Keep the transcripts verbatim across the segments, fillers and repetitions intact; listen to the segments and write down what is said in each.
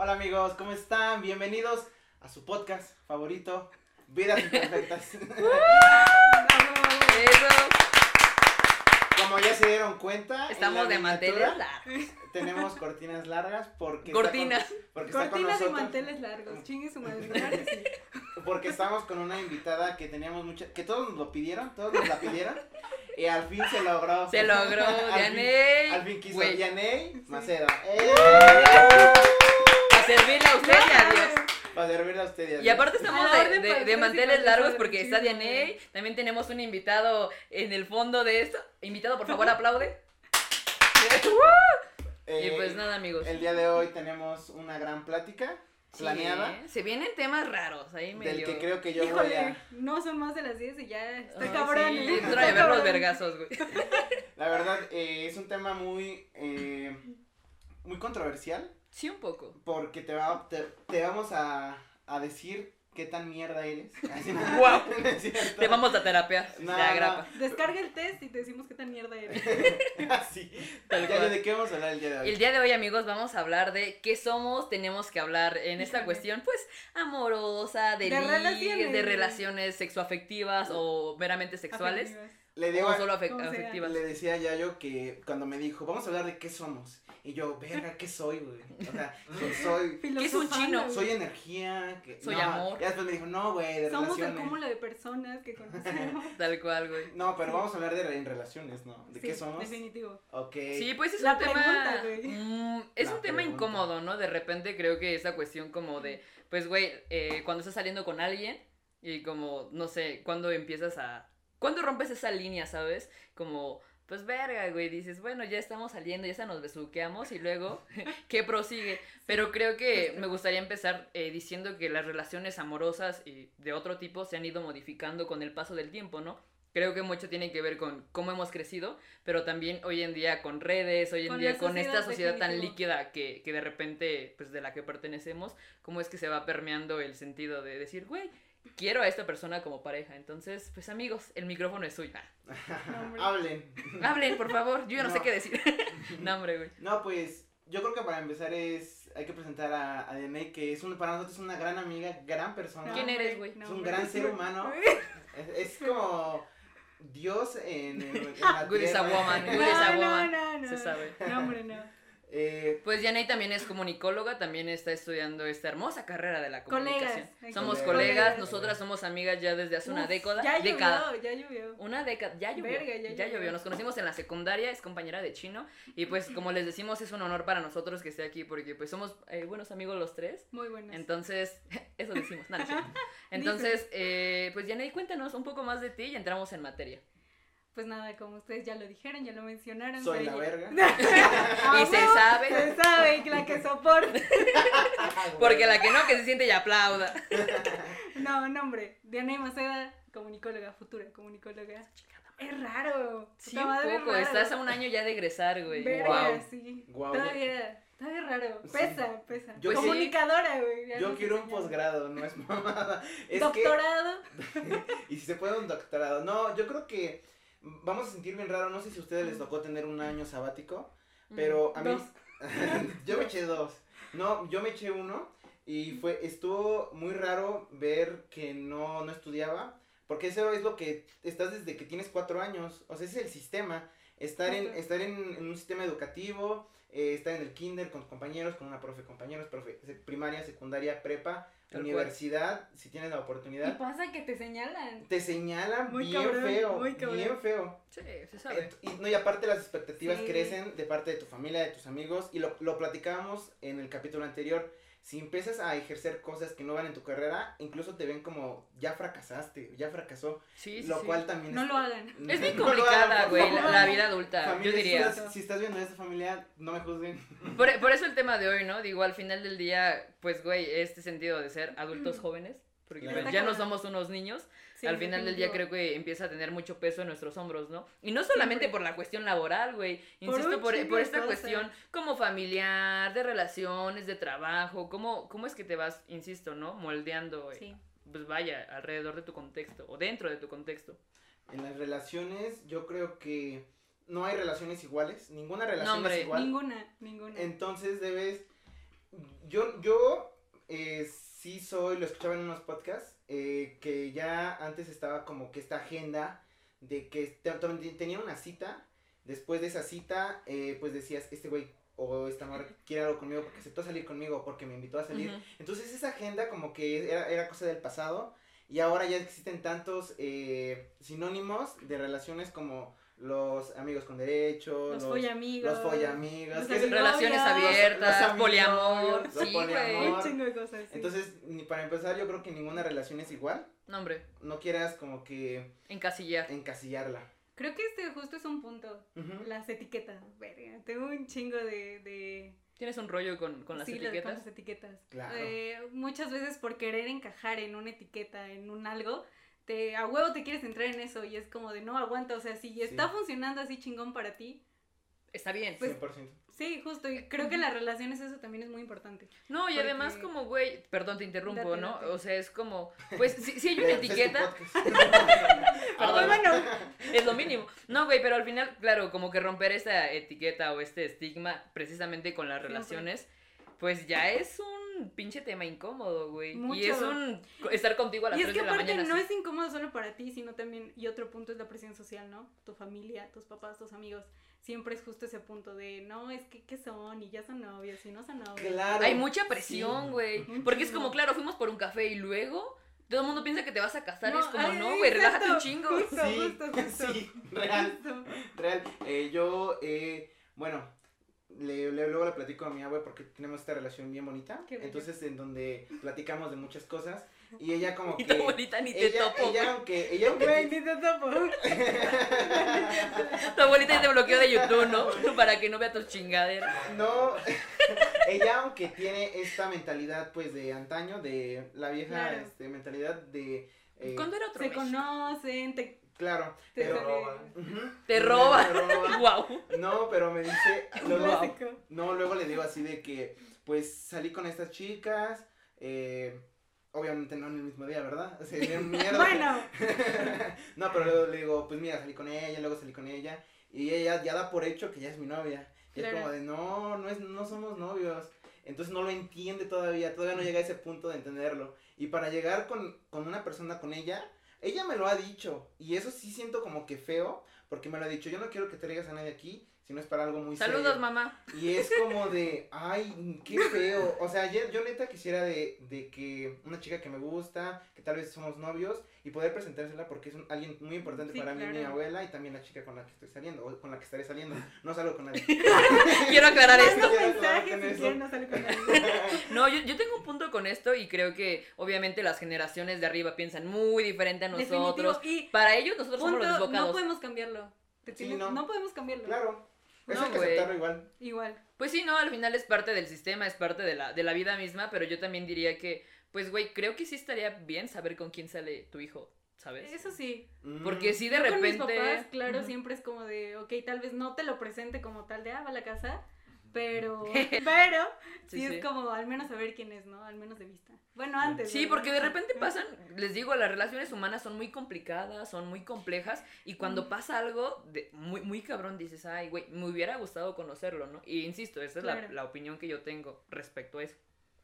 Hola amigos, ¿cómo están? Bienvenidos a su podcast favorito, Vidas Imperfectas. Eso. Como ya se dieron cuenta, Estamos de manteles largos. Tenemos cortinas largas porque cortinas, está con, porque está cortinas con y nosotros, manteles largos. Chingue su madre. Claro que sí. Porque estamos con una invitada que teníamos mucha, que todos nos lo pidieron, todos nos la pidieron. Y al fin se logró. Se logró, Dianey. Al fin quiso Güey. Dianey Maceda. Sí. ¡Eh! A servirle a usted y a Dios. Para servirle a usted y a Y Dios. aparte estamos A la de, orden de, para de tres y manteles para largos tres, porque sí, está sí. Dianey. También tenemos un invitado en el fondo de esto. Invitado, por favor, aplaude. Eh, Y pues nada, amigos. El día de hoy tenemos una gran plática planeada. Sí, se vienen temas raros ahí medio. Del que creo que yo voy Híjole, a. no son más de las diez y ya está Ay, cabrón. sí, ¿eh? entra Está a ver los cabrón. vergazos, güey. La verdad, eh, es un tema muy. Eh, muy controversial. Sí, un poco. Porque te, va, te, te vamos a, a decir qué tan mierda eres. Así, Guau. no es cierto. Te vamos a terapia. No, de no. agrapa. Descarga el test y te decimos qué tan mierda eres. Así. Tal Ya, cual. ¿de qué vamos a hablar el día de hoy? El día de hoy, amigos, vamos a hablar de qué somos. Tenemos que hablar en esta Híjole. cuestión, pues, amorosa, de, De ligues, relaciones. de relaciones sexoafectivas o meramente sexuales. Afectivas. Le digo, O a- solo afe- Como sea. afectivas. le decía a Yayo que cuando me dijo, vamos a hablar de qué somos. Y yo, verga, ¿qué soy, güey? O sea, soy. ¿Qué es un Filosofando, chino? güey. Soy energía. Que, Soy no, amor. Ya después me dijo, no, güey, de Somos el relaciones. cúmulo de personas que conocemos. Tal cual, güey. No, pero vamos a hablar de re- en relaciones, ¿no? ¿De Sí, qué somos? Definitivo. Ok. Sí, pues es La un tema. pregunta, güey. mm, es La un tema pregunta. incómodo, ¿no? De repente creo que esa cuestión como de, pues, güey, eh, cuando estás saliendo con alguien y como, no sé, cuando empiezas a. ¿Cuándo rompes esa línea, sabes? Como. Pues verga, güey, dices, bueno, ya estamos saliendo, ya se nos besuqueamos y luego, ¿qué prosigue? Pero creo que me gustaría empezar eh, diciendo que las relaciones amorosas y de otro tipo se han ido modificando con el paso del tiempo, ¿no? Creo que mucho tiene que ver con cómo hemos crecido, pero también hoy en día con redes, hoy en Con día la con sociedad, esta sociedad tan definitivo. líquida que, que de repente, pues de la que pertenecemos, cómo es que se va permeando el sentido de decir, güey, quiero a esta persona como pareja. Entonces, pues amigos, el micrófono es suyo. No, hombre. Hablen. Hablen, por favor, yo ya no, sé No. qué decir. No, hombre, güey. No, pues yo creo que para empezar es hay que presentar a, a Dianey, que es un, para nosotros es una gran amiga, gran persona. ¿Quién eres, güey? Es un gran ser humano. Es, es como Dios en, en, en la Good is a tierra. woman, No, good is a no, woman. no, no. Se sabe. No, hombre, no. Eh, Pues Yaney también es comunicóloga, también está estudiando esta hermosa carrera de la comunicación. Colegas. Somos Colegas. colegas, nosotras somos amigas ya desde hace una Uf, década. Ya década. llovió, ya llovió. Una década, ya llovió, Verga, ya, ya llovió. llovió. Nos conocimos en la secundaria, es compañera de Chino y pues como les decimos es un honor para nosotros que esté aquí porque pues somos eh, buenos amigos los tres. Muy buenas. Entonces, eso decimos, nada, no es cierto. Entonces, eh, pues Yaney, cuéntanos un poco más de ti y entramos en materia. Pues nada, como ustedes ya lo dijeron, ya lo mencionaron. soy pero la ya- verga. Ah, Y se huevo, sabe. Se sabe, que la que soporta. Porque la que no, que se siente y aplauda. No, nombre. Diana Maceda, comunicóloga, futura comunicóloga. Es raro. Sí, Puta un madre, poco, raro. estás a un año ya de egresar, güey. Verga, Wow. sí. Guau, Todavía, todavía raro. Sí. Pesa, pesa. Yo sí. Comunicadora, güey. ya Yo nos quiero un enseñaron. posgrado, no es mamada. Es Doctorado. que, y si se puede un doctorado. No, yo creo que vamos a sentir bien raro. No sé si a ustedes les tocó tener un año sabático, pero a mí Dos. yo me eché dos. No, yo me eché uno y fue estuvo muy raro ver que no no estudiaba, porque eso es lo que estás desde que tienes cuatro años. O sea, ese es el sistema. Estar en Justo. estar en, en un sistema educativo, eh, estar en el kinder con tus compañeros, con una profe, compañeros, profe, se- primaria, secundaria, prepa, Tal universidad, si tienes la Y oportunidad. pasa que te señalan. Te señalan Muy bien cabrón, feo, muy cabrón. bien feo. Sí, se sabe. Ent- y, no, y aparte las expectativas Sí. crecen de parte de tu familia, de tus amigos, y lo, lo platicábamos en el capítulo anterior. Si empiezas a ejercer cosas que no van en tu carrera, incluso te ven como ya fracasaste, ya fracasó, Sí, sí, lo sí. cual también No es... lo hagan. Es bien No lo complicada, hagan, por güey, la, favor. la vida adulta, Familia, yo diría. Si estás, si estás viendo esta familia, no me juzguen. Por, por eso el tema de hoy, ¿no? Digo, al final del día, pues, güey, este sentido de ser adultos jóvenes, porque Claro. pues, ya no somos unos niños, Sí, al final del día definitivo. creo que empieza a tener mucho peso en nuestros hombros, ¿no? Y no solamente Siempre. por la cuestión laboral, güey, Por insisto, un por, chingo por de esta cosas. cuestión como familiar, de relaciones, de trabajo, cómo, cómo es que te vas, insisto, ¿no? Moldeando, eh, Sí. pues vaya, alrededor de tu contexto, o dentro de tu contexto. En las relaciones, yo creo que no hay relaciones iguales, ninguna relación hombre, es igual. Ninguna, ninguna. Entonces debes, yo, yo eh, sí soy, lo escuchaba en unos podcasts, eh, que ya antes estaba como que esta agenda de que te, te, tenía una cita, después de esa cita, eh, pues decías, este güey o esta morra quiere algo conmigo porque aceptó salir conmigo, porque me invitó a salir. Uh-huh. Entonces esa agenda como que era, era cosa del pasado y ahora ya existen tantos eh, sinónimos de relaciones como los amigos con derechos, los follamigos, los follamigos, los relaciones abiertas, los, los poliamor, los sí, poliamor. Un chingo de cosas. Sí. Entonces, ni para empezar, yo creo que ninguna relación es igual. No, hombre. No quieras como que encasillar. Encasillarla. Creo que este justo es un punto. Uh-huh. Las etiquetas. Verga, tengo un chingo de, de... ¿Tienes un rollo con, con las sí, etiquetas? Sí, con las etiquetas. Claro. Eh, muchas veces por querer encajar en una etiqueta, en un algo, te a huevo te quieres entrar en eso y es como de no aguanta, o sea, si está sí. funcionando así chingón para ti, está bien. Pues, cien por ciento. Sí, justo, y creo que en las relaciones eso también es muy importante. No, y porque... además como, güey, perdón, te interrumpo, date, ¿no? Date. O sea, es como, pues, si, si hay una etiqueta... ah, bueno, es lo mínimo. No, güey, pero al final, claro, como que romper esta etiqueta o este estigma precisamente con las relaciones, sí, pues ya es un pinche tema incómodo, güey. Mucho. Y es un estar contigo a las y tres de la mañana. Y es que aparte no es incómodo solo para ti, sino también, y otro punto es la presión social, ¿no? Tu familia, tus papás, tus amigos. Siempre es justo ese punto de, no, es que, ¿qué son? Y ya son novios, y no son novios. Claro. Hay mucha presión, güey. Sí. Porque es como, claro, fuimos por un café y luego... Todo el mundo piensa que te vas a casar no, y es como, ay, no, güey, relájate un chingo. Justo, sí, justo, justo. Sí, real, real. Eh, yo, eh, bueno, le, le, luego le platico a mi abue porque tenemos esta relación bien bonita. Entonces, en donde platicamos de muchas cosas. Y ella como y que... tu abuelita ni ella, te topo. Ella aunque... Ella aunque güey, ni te topo. Tu abuelita te bloqueó de YouTube, ¿no? Para que no vea tus chingaderas. No, ella aunque tiene esta mentalidad pues de antaño, de la vieja claro. este, mentalidad de... Eh, ¿Cuándo era otro Se México? conocen, te... Claro, te pero... roban. Uh-huh, te roban. roba. Wow. No, pero me dice... Luego, Clásico. No, luego le digo así de que pues salí con estas chicas, eh... Obviamente no en el mismo día, ¿verdad? O sea, dieron mierda. Bueno. No, pero luego le digo, pues mira, salí con ella, luego salí con ella. Y ella ya da por hecho que ya es mi novia. Y claro. Es como de, no, no, es, no somos novios. Entonces no lo entiende todavía, todavía no llega a ese punto de entenderlo. Y para llegar con, con una persona con ella, ella me lo ha dicho. Y eso sí siento como que feo, porque me lo ha dicho, yo no quiero que te traigas a nadie aquí, si no es para algo muy Saludos, serio. mamá. Y es como de, ay, qué feo. O sea, yo, yo neta quisiera de, de que una chica que me gusta, que tal vez somos novios, y poder presentársela porque es un, alguien muy importante sí, para claro. mí, mi abuela, y también la chica con la que estoy saliendo, o con la que estaré saliendo. No salgo con nadie. Quiero aclarar no, esto. No, mensaje, si quieren, no salgo con nadie. No, yo, yo tengo un punto con esto, y creo que obviamente las generaciones de arriba piensan muy diferente a nosotros. Y para ellos nosotros punto, somos los desbocados. No podemos cambiarlo. Sí, no. no podemos cambiarlo. Claro. Eso no, hay que aceptarlo igual. Igual. Pues sí, no, al final es parte del sistema, es parte de la, de la vida misma, pero yo también diría que, pues, güey, creo que sí estaría bien saber con quién sale tu hijo, ¿sabes? Eso sí. Porque sí, de yo repente... Con mis papás, claro, uh-huh. siempre es como de, ok, tal vez no te lo presente como tal de, ah, va a la casa, pero, pero, sí, sí es sí. como, al menos saber quién es, ¿no? Al menos de vista. Bueno, antes. Sí, porque de repente pasan, les digo, las relaciones humanas son muy complicadas, son muy complejas, y cuando mm. pasa algo de muy, muy cabrón, dices, ay, güey, me hubiera gustado conocerlo, ¿no? Y insisto, esa claro. es la, la opinión que yo tengo respecto a eso.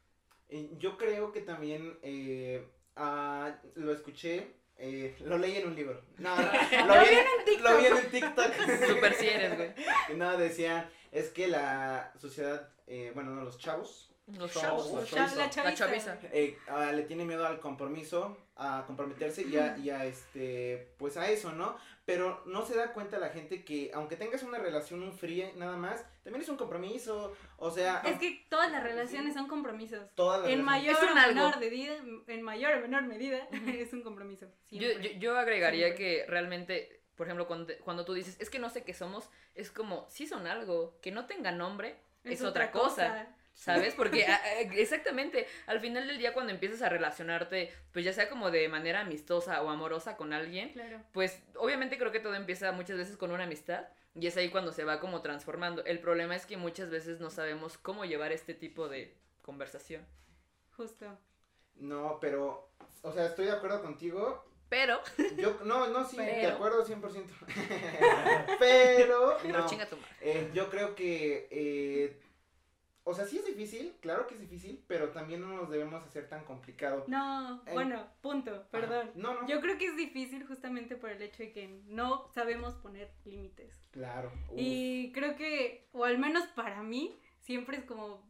Eh, yo creo que también, eh, uh, lo escuché, eh, lo leí en un libro. No, no, lo, vi en, en TikTok. Lo vi en TikTok. Super si eres, güey. No, decía, es que la sociedad, eh, bueno, no, los chavos, Los chavos, los chavos, la chaviza. La chaviza. Eh, uh, le tiene miedo al compromiso, a comprometerse y a, y a este, pues a eso, ¿no? Pero no se da cuenta la gente que aunque tengas una relación un fríe nada más, también es un compromiso, o sea. Es que todas las relaciones son compromisos. Todas las en relaciones. mayor o menor medida, en mayor o menor medida, es un compromiso. Yo, yo, yo agregaría siempre. Que realmente, por ejemplo, cuando, cuando tú dices, es que no sé qué somos, es como, sí son algo, que no tenga nombre, es, es otra, otra cosa. cosa. ¿Sabes? Porque a, a, exactamente, al final del día cuando empiezas a relacionarte, pues ya sea como de manera amistosa o amorosa con alguien, claro. Pues obviamente creo que todo empieza muchas veces con una amistad y es ahí cuando se va como transformando. El problema es que muchas veces no sabemos cómo llevar este tipo de conversación. Justo. No, pero, o sea, estoy de acuerdo contigo. Pero. Yo, no, no, sí, pero. de acuerdo cien por ciento. Pero, pero no, chinga tu madre. Eh, yo creo que, eh, o sea, sí es difícil, claro que es difícil, pero también no nos debemos hacer tan complicado. No, Eh, bueno, punto, perdón. Ajá. No, no. Yo creo que es difícil justamente por el hecho de que no sabemos poner límites. Claro. Uf. Y creo que, o al menos para mí, siempre es como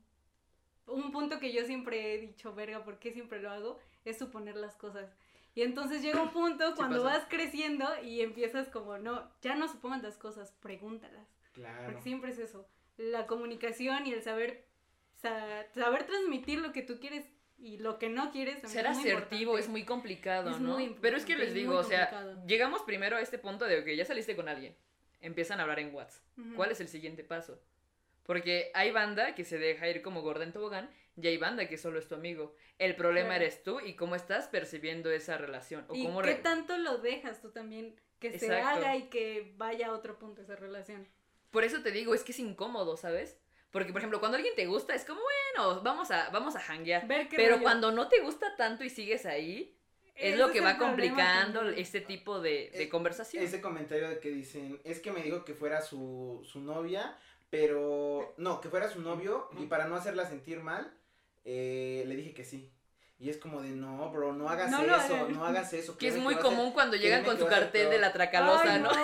un punto que yo siempre he dicho, verga, ¿por qué siempre lo hago? Es suponer las cosas. Y entonces llega un punto cuando sí vas creciendo y empiezas como, no, ya no supongas las cosas, pregúntalas. Claro. Porque siempre es eso, la comunicación y el saber, sa- saber transmitir lo que tú quieres y lo que no quieres. Ser es muy asertivo importante. es muy complicado, Es ¿no? muy Pero es que les importante, digo, muy o sea, complicado. llegamos primero a este punto de que ya saliste con alguien, empiezan a hablar en WhatsApp. Ujú. ¿Cuál es el siguiente paso? Porque hay banda que se deja ir como gorda en tobogán y hay banda que solo es tu amigo. El problema Claro. eres tú y cómo estás percibiendo esa relación. O Y cómo qué re- tanto lo dejas tú también que se Exacto. haga y que vaya a otro punto esa relación. Por eso te digo, es que es incómodo, ¿sabes? Porque, por ejemplo, cuando alguien te gusta, es como, bueno, vamos a, vamos a janguear. Ver qué Pero rollo. cuando no te gusta tanto y sigues ahí, es Ese lo que el va problema complicando también. este tipo de, de Eh, conversación. Ese comentario de que dicen, es que me dijo que fuera su, su novia, pero, no, que fuera su novio, y para no hacerla sentir mal, eh, le dije que sí. Y es como de, no, bro, no hagas No lo eso, hagan. no hagas eso. Que es créeme muy va a ser- común cuando llegan créeme con que su va a ser cartel de peor. la Tracalosa, Ay, ¿no?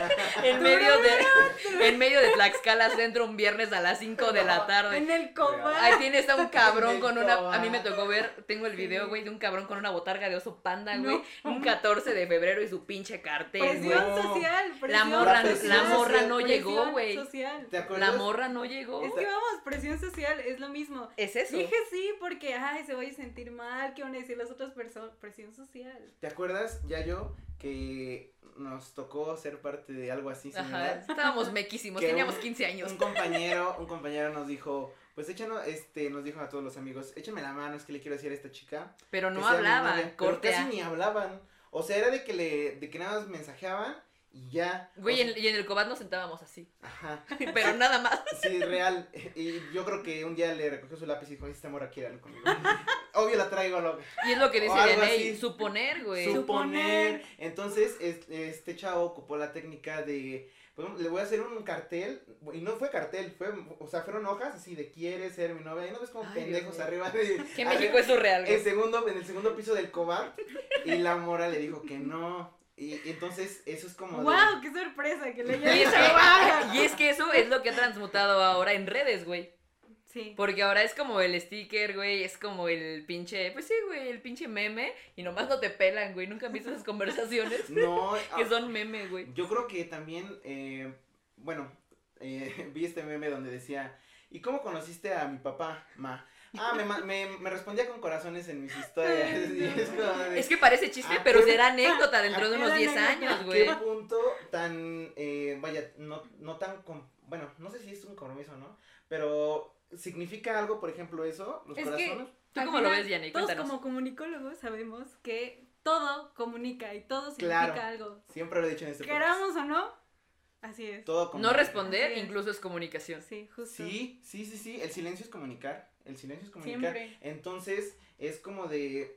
En medio de en medio de Tlaxcala Centro un viernes a las cinco de la tarde. En el cobar. Ahí tienes a un cabrón En con el una... cobar. A mí me tocó ver, tengo el Sí. video, güey, de un cabrón con una botarga de oso panda, güey. No. Un catorce de febrero y su pinche cartel, güey. Presión No. social, La presión morra, La presión la morra social, no presión llegó, güey. social. ¿Te acuerdas? La morra no llegó. Es que vamos, presión social es lo mismo. Es eso. Dije sí porque, ay, se vaya a sentir mal, ¿qué van a decir las otras personas? Presión social. ¿Te acuerdas, Yayo, que nos tocó ser parte de algo así Ajá, similar? estábamos mequísimos, Que teníamos un- quince años. Un compañero, un compañero nos dijo, pues échanos, este, nos dijo a todos los amigos, échame la mano, es que le quiero decir a esta chica. Pero que no sea mi hablaban, novia". Pero corte casi A. ni hablaban. O sea, era de que le, de que nada más mensajeaban y ya. Güey, O y sea, en, y en el Cobat nos sentábamos así. Ajá. Pero nada más. Sí, real. Y yo creo que un día le recogió su lápiz y dijo, esta morra quiere algo conmigo. Obvio la traigo, loca. Y es lo que dice O algo Yaney, así. suponer, güey. Su- Suponer. Entonces, es- este chavo ocupó la técnica de, pues, le voy a hacer un cartel, y no fue cartel, fue, o sea, fueron hojas así de, ¿quieres ser mi novia? Y no ves como Ay, pendejos Dios mío. arriba de... Que arriba- México es surreal, güey. el segundo, en el segundo piso del Cobar, y la mora le dijo que no. Y, y entonces, eso es como de- ¡Wow! ¡Qué sorpresa! Que le Y haya es, dicho, "Vaya". que, y es que eso es lo que ha transmutado ahora en redes, güey. Sí. Porque ahora es como el sticker, güey, es como el pinche, pues sí, güey, el pinche meme. Y nomás no te pelan, güey. Nunca han visto esas conversaciones No, que ah, son meme, güey. yo creo que también, eh, bueno, eh, vi este meme donde decía, ¿y cómo conociste a mi papá, ma? Ah, me, ma- me, me respondía con corazones en mis historias. Y es como de, Es que parece chiste, Ah, pero qué- será anécdota dentro de unos Era diez anécdota. años, ¿qué güey. punto tan, eh, vaya, no, no tan, com- bueno, no sé si es un compromiso o no, pero significa algo, por ejemplo, eso, los Es que- corazones? ¿Tú Al cómo lo final, ves, Yanni? Todos Cuéntanos. como comunicólogos sabemos que todo comunica y todo Claro. significa algo. Siempre lo he dicho en este podcast. Queramos o no, así es. Todo No comunica. responder Así es. incluso es comunicación. Sí, justo. Sí, sí, sí, sí, el silencio es comunicar, el silencio es comunicar. Siempre. Entonces, es como de,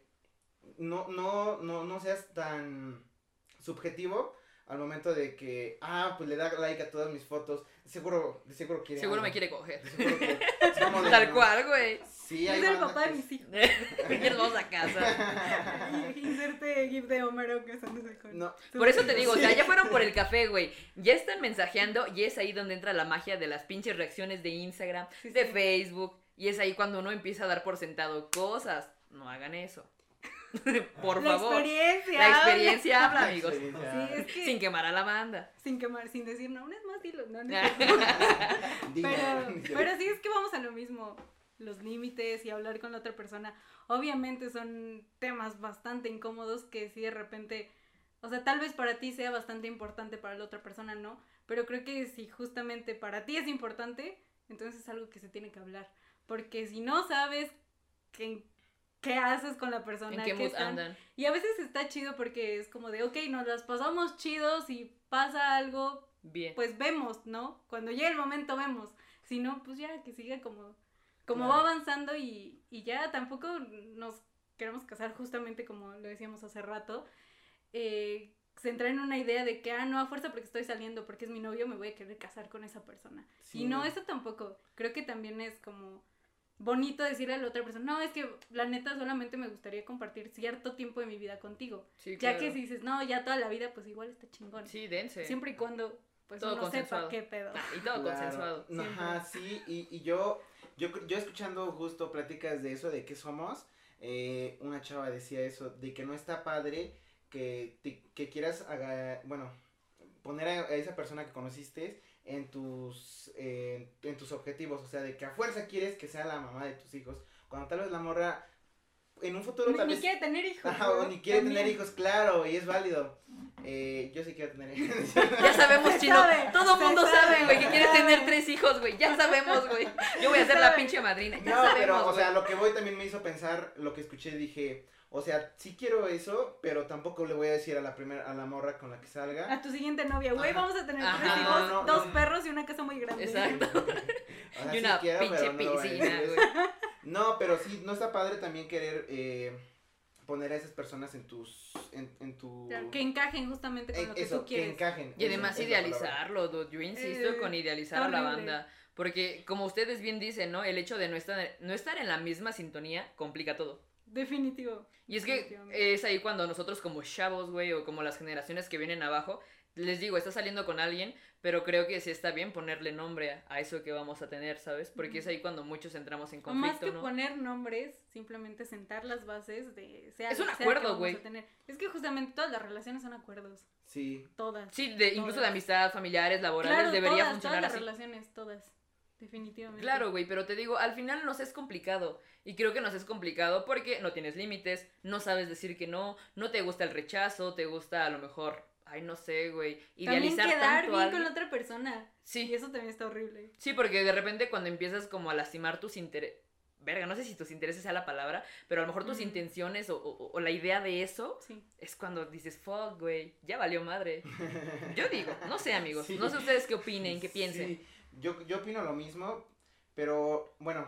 no, no, no, no seas tan subjetivo al momento de que, ah, pues le da like a todas mis fotos, seguro, de seguro quiere Seguro algo. me quiere coger. De seguro quiere- es como de, Tal no. cual, güey. Sí, hay Es el banda papá de que mis hijos. Ya nos vamos a casa. Y- Inserte gif de Homero casándose con. No, su Por eso hijo. te digo, o Sí. sea, ya fueron por el café, güey. Ya están mensajeando y es ahí donde entra la magia de las pinches reacciones de Instagram, Sí, de sí. Facebook. Y es ahí cuando uno empieza a dar por sentado cosas. No hagan eso. Por La favor. experiencia. La habla. experiencia habla, La amigos. experiencia. Sí, es que. Sin quemar a la banda. Sin quemar, sin decir, no, una es más, dilo. No, no. Diga. Pero, pero sí es que vamos a lo mismo. Los límites y hablar con la otra persona. Obviamente son temas bastante incómodos que si de repente, o sea, tal vez para ti sea bastante importante, para la otra persona no, pero creo que si justamente para ti es importante, entonces es algo que se tiene que hablar. Porque si no sabes qué, qué haces con la persona, ¿En qué qué mood están- andan? y a veces está chido porque es como de, ok, nos las pasamos chidos, si pasa algo, Bien. pues vemos, ¿no? Cuando llegue el momento vemos. Si no, pues ya que siga como, como Claro. va avanzando y, y ya tampoco nos queremos casar justamente como lo decíamos hace rato. Eh, centrar en una idea de que, ah, no, a fuerza porque estoy saliendo, porque es mi novio, me voy a querer casar con esa persona. Sí. Y no, eso tampoco. Creo que también es como bonito decirle a la otra persona, no, es que la neta solamente me gustaría compartir cierto tiempo de mi vida contigo. Sí, Ya claro. que si dices, no, ya toda la vida, pues igual está chingón. Sí, dense. Siempre y cuando, pues, Todo uno consensuado. sepa qué pedo. Ah, y todo Claro. consensuado. No, ajá, sí, y, y yo, yo, yo escuchando justo pláticas de eso, de qué somos, eh, una chava decía eso, de que no está padre que, te- que quieras, haga- bueno, poner a, a esa persona que conociste en tus, eh, en tus objetivos, o sea, de que a fuerza quieres que sea la mamá de tus hijos, cuando tal vez la morra, en un futuro Ni, tal ni vez... quiere tener hijos. Ajá, ¿no? o ni quiere También. tener hijos, claro, y es válido. Eh, yo sí quiero tener hijos. Ya sabemos, Se Chino. sabe, Todo se mundo sabe, sabe, güey, que se quiere sabe. tener tres hijos, güey. Ya sabemos, güey. Yo voy a ser la pinche madrina. Ya No, sabemos, pero, o güey. sea, lo que voy también me hizo pensar, lo que escuché, dije, o sea, sí quiero eso, pero tampoco le voy a decir a la primera, a la morra con la que salga. A tu siguiente novia, güey, Ajá. vamos a tener Ajá, tres no, hijos, no, dos no. perros y una casa muy grande. Exacto. O sea, Y sí una quiero, pinche pero no lo voy a piscina, decir. güey. No, pero sí, no está padre también querer eh, poner a esas personas en tus, en, en tu... Claro, que encajen justamente con eh, lo que eso, tú que quieres. encajen. Y además eso, es la palabra. idealizarlo, dude. Yo insisto Eh, con idealizar está a la horrible. banda. Porque, como ustedes bien dicen, ¿no? El hecho de no estar, no estar en la misma sintonía complica todo. Definitivo. Y es que definitivamente. es ahí cuando nosotros como chavos, güey, o como las generaciones que vienen abajo, les digo, estás saliendo con alguien, pero creo que sí está bien ponerle nombre a, a eso que vamos a tener, ¿sabes? Porque es ahí cuando muchos entramos en O más conflicto, que ¿no? poner nombres, simplemente sentar las bases de sea Es lo un que sea acuerdo, que vamos güey. a tener. Es que justamente todas las relaciones son acuerdos, Sí. todas. Sí, de, incluso de Todas. amistad, familiares, laborales, Claro, debería todas, funcionar todas así. las relaciones, todas. Definitivamente. Claro, güey, pero te digo, al final nos es complicado. Y creo que nos es complicado porque no tienes límites, no sabes decir que no, no te gusta el rechazo, te gusta a lo mejor, ay, no sé, güey, También idealizar quedar tanto bien a con alguien. la otra persona. Y Sí, eso también está horrible. sí, porque de repente cuando empiezas como a lastimar tus intereses, verga, no sé si tus intereses sea la palabra, pero a lo mejor tus Mm. intenciones o, o- o la idea de eso Sí. es cuando dices, fuck, güey, ya valió madre. Yo digo, no sé, amigos, Sí. no sé ustedes qué opinen, qué piensen. Sí, yo, yo opino lo mismo, pero bueno,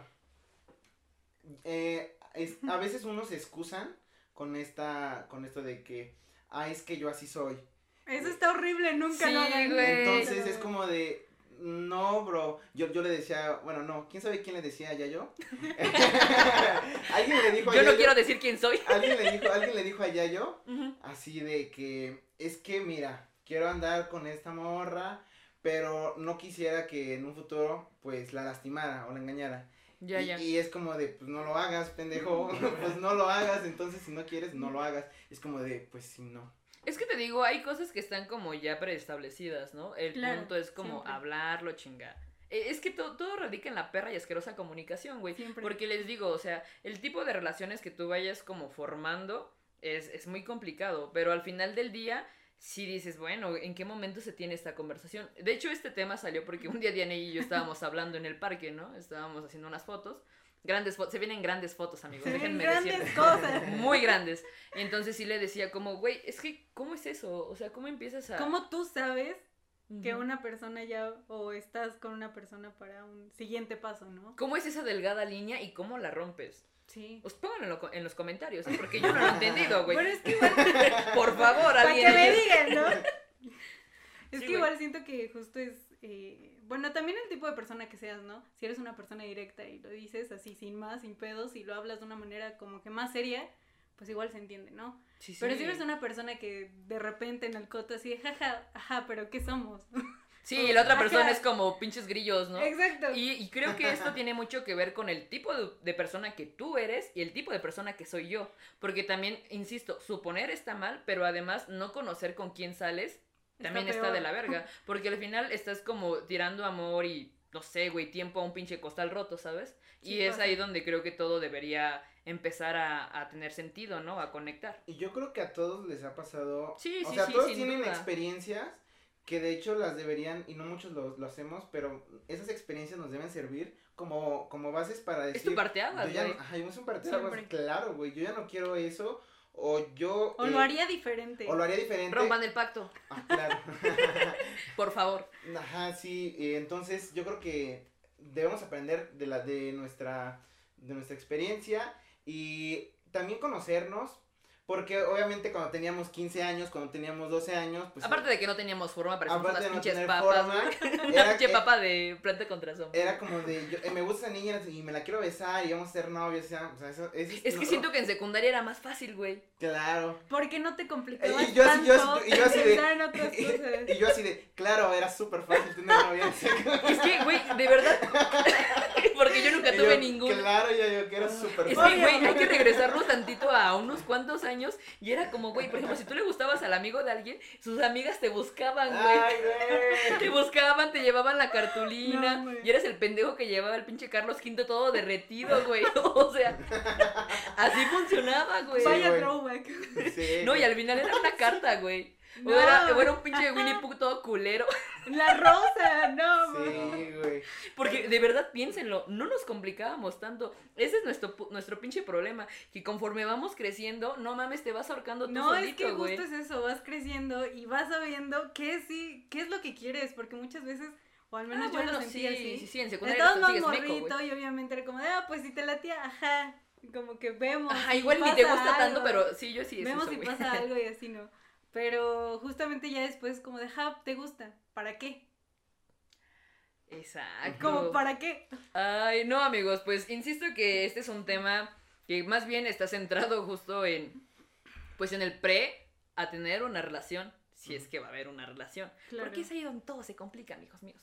eh, es, a veces unos se excusan con esta, con esto de que, ah, es que yo así soy. Eso está horrible, nunca Sí, lo hagan. güey. Entonces Pero- es como de, no, bro, yo, yo le decía, bueno, no, ¿quién sabe quién le decía a Yayo? Alguien le dijo a Yo no Yayo- quiero decir quién soy. Alguien le dijo, alguien le dijo a Yayo, Ujú. así de que, es que mira, quiero andar con esta morra, pero no quisiera que en un futuro, pues, la lastimara o la engañara. Ya, y, ya. y es como de, pues, no lo hagas, pendejo, pues, no lo hagas, entonces, si no quieres, no lo hagas. Es como de, pues, sí, no. Es que te digo, hay cosas que están como ya preestablecidas, ¿no? El Claro, punto es como siempre. hablarlo, chingar. Eh, Es que to- todo radica en la perra y asquerosa comunicación, güey. Siempre. Porque les digo, o sea, el tipo de relaciones que tú vayas como formando es, es muy complicado, pero al final del día, sí dices, bueno, ¿en qué momento se tiene esta conversación? De hecho, este tema salió porque un día Diana y yo estábamos hablando en el parque, ¿no? Estábamos haciendo unas fotos. Grandes fotos, se vienen grandes fotos, amigos, Se ven déjenme grandes decirles. cosas. Muy grandes. Y entonces sí le decía como, güey, es que, ¿cómo es eso? O sea, ¿cómo empiezas a...? ¿Cómo tú sabes que Ujú. una persona ya o estás con una persona para un siguiente paso, ¿no? ¿Cómo es esa delgada línea y cómo la rompes? Sí. Os pónganlo en, lo- en los comentarios, ¿eh? Porque yo no lo he entendido, güey. Bueno, es que igual, Por favor, para alguien. que me digan, ¿no? Es Sí, que güey. igual siento que justo es, eh, bueno, también el tipo de persona que seas, ¿no? Si eres una persona directa y lo dices así sin más, sin pedos, y lo hablas de una manera como que más seria, pues igual se entiende, ¿no? Sí, sí. Pero si eres una persona que de repente en el coto así, de, jaja, ajá, pero ¿qué somos? Sí, y la otra Ajá. persona es como pinches grillos, ¿no? Exacto. Y, y creo que esto tiene mucho que ver con el tipo de, de persona que tú eres y el tipo de persona que soy yo. Porque también, insisto, suponer está mal, pero además no conocer con quién sales también está, peor. de la verga. Porque al final estás como tirando amor y, no sé, güey, tiempo a un pinche costal roto, ¿sabes? Sí, y es pasa. ahí donde creo que todo debería empezar a, a tener sentido, ¿no? A conectar. Y yo creo que a todos les ha pasado, Sí, o sí, sea, sí, todos sin tienen duda. experiencias que de hecho las deberían, y no muchos lo, lo hacemos, pero esas experiencias nos deben servir como, como bases para decir. Es tu parteaguas, yo ya, güey. ajá, es un parteaguas, Siempre. claro, güey, yo ya no quiero eso, o yo. O eh, lo haría diferente. O lo haría diferente. Rompan el pacto, Ah, claro. por favor. Ajá, sí, eh, entonces yo creo que debemos aprender de la de nuestra de nuestra experiencia y también conocernos, porque obviamente cuando teníamos quince años, cuando teníamos doce años, pues... Aparte de que no teníamos forma, parecíamos aparte unas de no pinches tener papas, forma, güey. era Una pinche que- papa de planta contra sombra. Era como de, yo, eh, me gusta esa niña y me la quiero besar y vamos a ser novios, o sea, o sea, eso, eso Es que no- siento que en secundaria era más fácil, güey. Claro. ¿Por qué no te Y complicabas yo así, yo tanto así, y yo así de, pensar en otras cosas? y yo así de, claro, era súper fácil tener novia. Es que, güey, de verdad. Porque yo nunca Y tuve yo, ninguno. Claro, ya yo que era súper Es fácil. que, güey, hay que regresarnos tantito a unos cuantos años y era como, güey, por ejemplo, si tú le gustabas al amigo de alguien, sus amigas te buscaban, güey. Ay, güey. Te buscaban, te llevaban la cartulina No, güey. y eres el pendejo que llevaba el pinche Carlos quinto todo derretido, güey. O sea, así funcionaba, güey. Sí, Vaya güey. throwback. Sí, No, y güey. al final era una carta, güey. O, No. era, o era un pinche Winnie Pooh todo culero. La rosa, no, güey. Sí, güey. Porque de verdad, piénsenlo, no nos complicábamos tanto. Ese es nuestro, pu- nuestro pinche problema. Que conforme vamos creciendo, no mames, te vas ahorcando tú No, es solito, que güey. justo es eso, vas creciendo y vas sabiendo qué sí, qué es lo que quieres, porque muchas veces, o al menos Ah, yo bueno, lo sentí sí, así. sí, sí, en De secundaria todos lo modos sigues meco, morrito güey. y obviamente era como de, ah, pues si te latía, ajá, como que vemos. Ajá, si igual ni te pasa gusta tanto, algo, pero sí, yo sí es vemos eso, si güey. pasa algo y así no. Pero justamente ya después como de, ah, te gusta, ¿para qué? Exacto. Como, ¿para qué? Ay, no, amigos, pues insisto que este es un tema que más bien está centrado justo en, pues en el pre a tener una relación, si es que va a haber una relación. Claro. Porque es ahí donde todo se complica, amigos míos.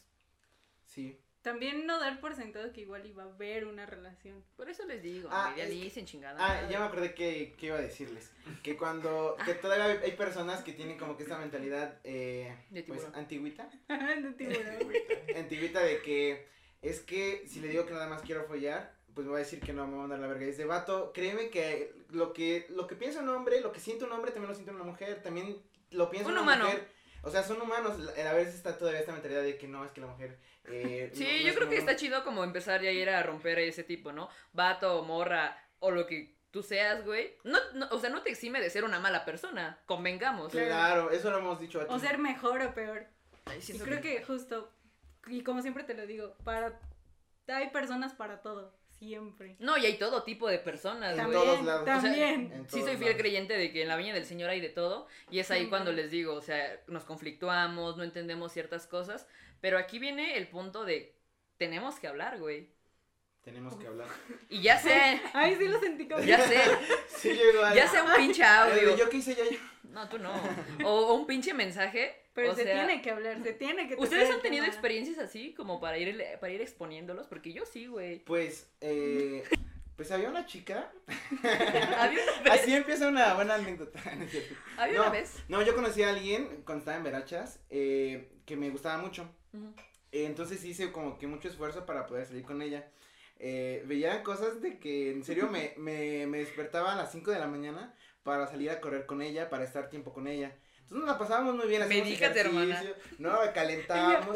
Sí. También no dar por sentado que igual iba a haber una relación. Por eso les digo, Ah, ah, ya es que- dicen chingada. Ah, madre. ya me acordé que, que iba a decirles. Que cuando, que todavía hay, hay personas que tienen como que esta mentalidad, eh, De pues, tiburón. antiguita. No tiburón. Antiguita de que es que si le digo que nada más quiero follar, pues me va a decir que no, me va a mandar la verga. Y dice, vato, créeme que lo que lo que piensa un hombre, lo que siente un hombre, también lo siente una mujer. También lo piensa Un una humano. mujer. O sea, son humanos. la- A veces está todavía esta mentalidad de que no, es que la mujer... Eh, Sí, no- no yo es creo que como- está chido como empezar ya a ir a romper ese tipo, ¿no? Vato, morra, o lo que tú seas, güey. No, no, o sea, no te exime de ser una mala persona, convengamos. Claro, eso lo hemos dicho aquí. O ser mejor o peor. Ay, Y siento creo que justo, y como siempre te lo digo, para hay personas para todo, siempre. No, y hay todo tipo de personas, En güey. todos lados. También. En Sí todos soy fiel lados. creyente de que en la viña del Señor hay de todo, y es ahí Sí, cuando güey. les digo, o sea, nos conflictuamos, no entendemos ciertas cosas, pero aquí viene el punto de, tenemos que hablar, güey. Tenemos que hablar. Y ya sé, Ay, sí lo sentí como. ya sé, Sí, llegó algo. ya sea un pinche Eh, audio. Yo qué hice ya, ya. No, tú no. O, o un pinche mensaje. Pero o se sea, tiene que hablar, se tiene que ¿ustedes tocar han el tenido tema. experiencias así como para ir, para ir exponiéndolos? Porque yo sí, güey. Pues, eh, pues había una chica. Había una vez. Así empieza una buena anécdota. ¿No es cierto? Había no, una vez. No, yo conocí a alguien cuando estaba en Verachas eh, que me gustaba mucho. Ujú. Eh, entonces hice como que mucho esfuerzo para poder salir con ella. Eh, veía cosas de que en serio me, me, me despertaba a las cinco de la mañana para salir a correr con ella, para estar tiempo con ella. Entonces nos la pasábamos muy bien. hacíamos Medícate, hermana. ejercicio, No, calentábamos.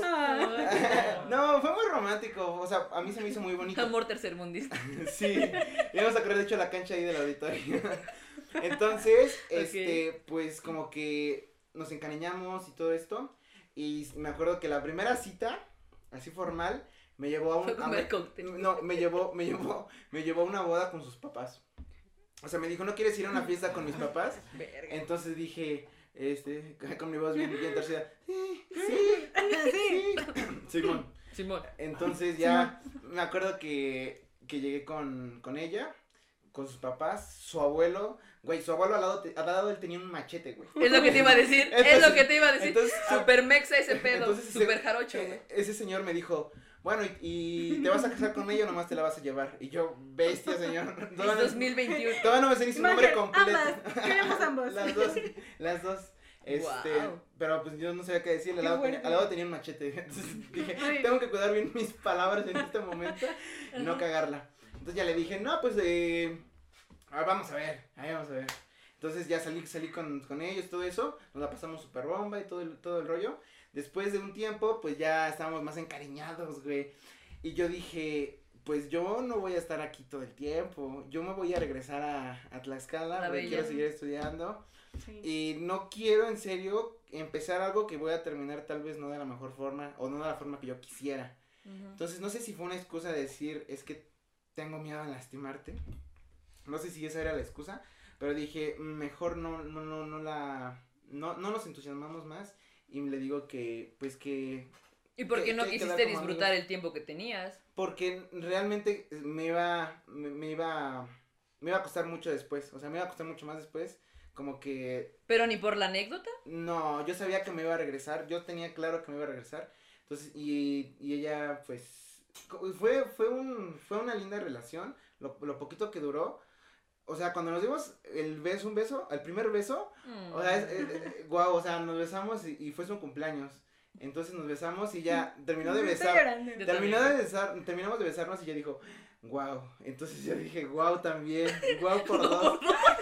Ah. No, fue muy romántico. O sea, a mí se me hizo muy bonito. Amor tercermundista. Sí, íbamos a correr de hecho a la cancha ahí del auditorio. Entonces, Ok. este, pues como que nos encariñamos y todo esto. Y me acuerdo que la primera cita, así formal, me llevó a un... Fue a a comer me- cóctel. no, me llevó, me llevó, me llevó a una boda con sus papás. O sea, me dijo, ¿no quieres ir a una fiesta con mis papás? Verga. Entonces dije, este, con mi voz bien, bien torcida, sí, sí, Sí. sí. Simón. Simón. Entonces ya me acuerdo que, que llegué con, con ella, con sus papás, su abuelo, güey, su abuelo al lado, te- al lado él tenía un machete, güey. Es lo que te iba a decir. es Entonces- lo que te iba a decir. entonces, ah, Super mexa ese pedo. entonces ese- Super jarocho, güey. Eh, ese señor me dijo, bueno, y, y te vas a casar con ella o nomás te la vas a llevar. Y yo, bestia, señor. Es Todavía no- dos mil veintiuno. Todavía no me sé ni su nombre Imagen, completo. ambas, queremos ambos. Las dos, las dos. Este, Guau. pero pues yo no sabía qué decirle, al Qué lado, tenía, fuerte. al lado tenía un machete. Entonces dije, Ay. tengo que cuidar bien mis palabras en este momento y no cagarla. Entonces ya le dije, no, pues eh, ah, vamos a ver, ahí vamos a ver. Entonces ya salí, salí con, con ellos, todo eso, nos la pasamos súper bomba y todo el, todo el rollo. Después de un tiempo, pues ya estábamos más encariñados, güey. Y yo dije, pues yo no voy a estar aquí todo el tiempo, yo me voy a regresar a, a Tlaxcala, La porque bella. quiero seguir estudiando. Sí. Y no quiero en serio empezar algo que voy a terminar tal vez no de la mejor forma o no de la forma que yo quisiera. Ujú. Entonces no sé si fue una excusa de decir es que tengo miedo a lastimarte. No sé si esa era la excusa. pero dije, mejor no, no, no, no la, no, no nos entusiasmamos más, y le digo que, pues que... ¿Y por qué que- no que quisiste quedar como disfrutar amigos. el tiempo que tenías? Porque realmente me iba, me, me iba, me iba a costar mucho después, o sea, me iba a costar mucho más después, como que, ¿Pero ni por la anécdota? no, yo sabía que me iba a regresar, yo tenía claro que me iba a regresar, entonces, y, y ella, pues, co- fue, fue un, fue una linda relación, lo, lo poquito que duró, o sea, cuando nos dimos el beso, un beso, el primer beso, Mm. o sea, es, es- es- guau, o sea, nos besamos y, y fue su cumpleaños, entonces nos besamos y ya terminó de Estoy besar. llorando. Yo Terminó también. de besar, terminamos de besarnos y ella dijo, wow. Entonces yo dije, wow también, wow por dos.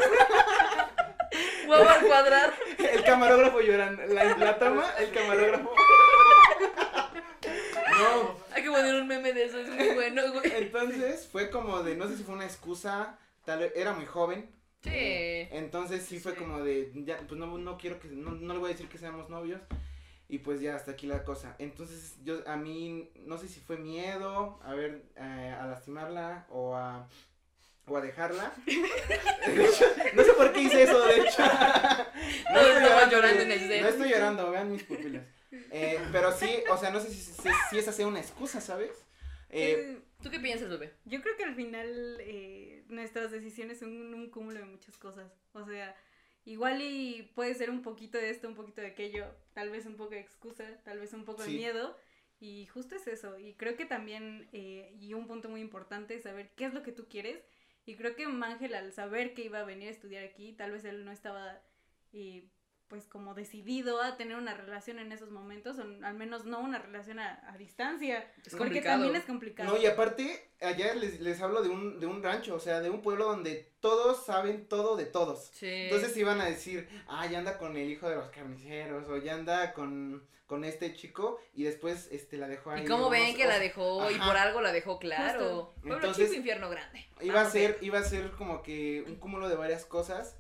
Guau al cuadrado. El camarógrafo llorando, la, la toma, el camarógrafo. No, Hay que poner un meme de eso, es muy bueno, güey. entonces fue como de, no sé si fue una excusa, tal vez, era muy joven. Sí. eh, entonces sí fue Sí. como de, ya, pues no, no quiero que, no, no le voy a decir que seamos novios. Y pues ya hasta aquí la cosa. Entonces yo, a mí, no sé si fue miedo a ver, eh, a lastimarla o a, o a dejarla. De hecho, no sé por qué hice eso, de hecho. No, estaba llorando de- en el set. No estoy llorando, vean mis pupilas. Eh, pero sí, o sea, no sé si, si, si esa sea una excusa, ¿sabes? Eh, Eh, ¿Tú qué piensas, bebé? Yo creo que al final eh, nuestras decisiones son un, un cúmulo de muchas cosas. O sea, igual y puede ser un poquito de esto, un poquito de aquello, tal vez un poco de excusa, tal vez un poco de Sí. miedo. Y justo es eso. Y creo que también, eh, y un punto muy importante es saber qué es lo que tú quieres. Y creo que Ángel, al saber que iba a venir a estudiar aquí, tal vez él no estaba, eh, pues como decidido a tener una relación en esos momentos, o al menos no una relación a, a distancia. Es Porque complicado. también es complicado. no, y aparte, allá les, les hablo de un, de un rancho, o sea, de un pueblo donde todos saben todo de todos. Sí. Entonces iban a decir, ah, ya anda con el hijo de los carniceros, o ya anda con, con este chico, y después este la dejó ahí. ¿Y cómo ven o- que o- la dejó? Y ajá. por algo la dejó, claro. Pueblo Entonces, chico, infierno grande. Iba a Vamos, ser, ve. iba a ser como que un cúmulo de varias cosas,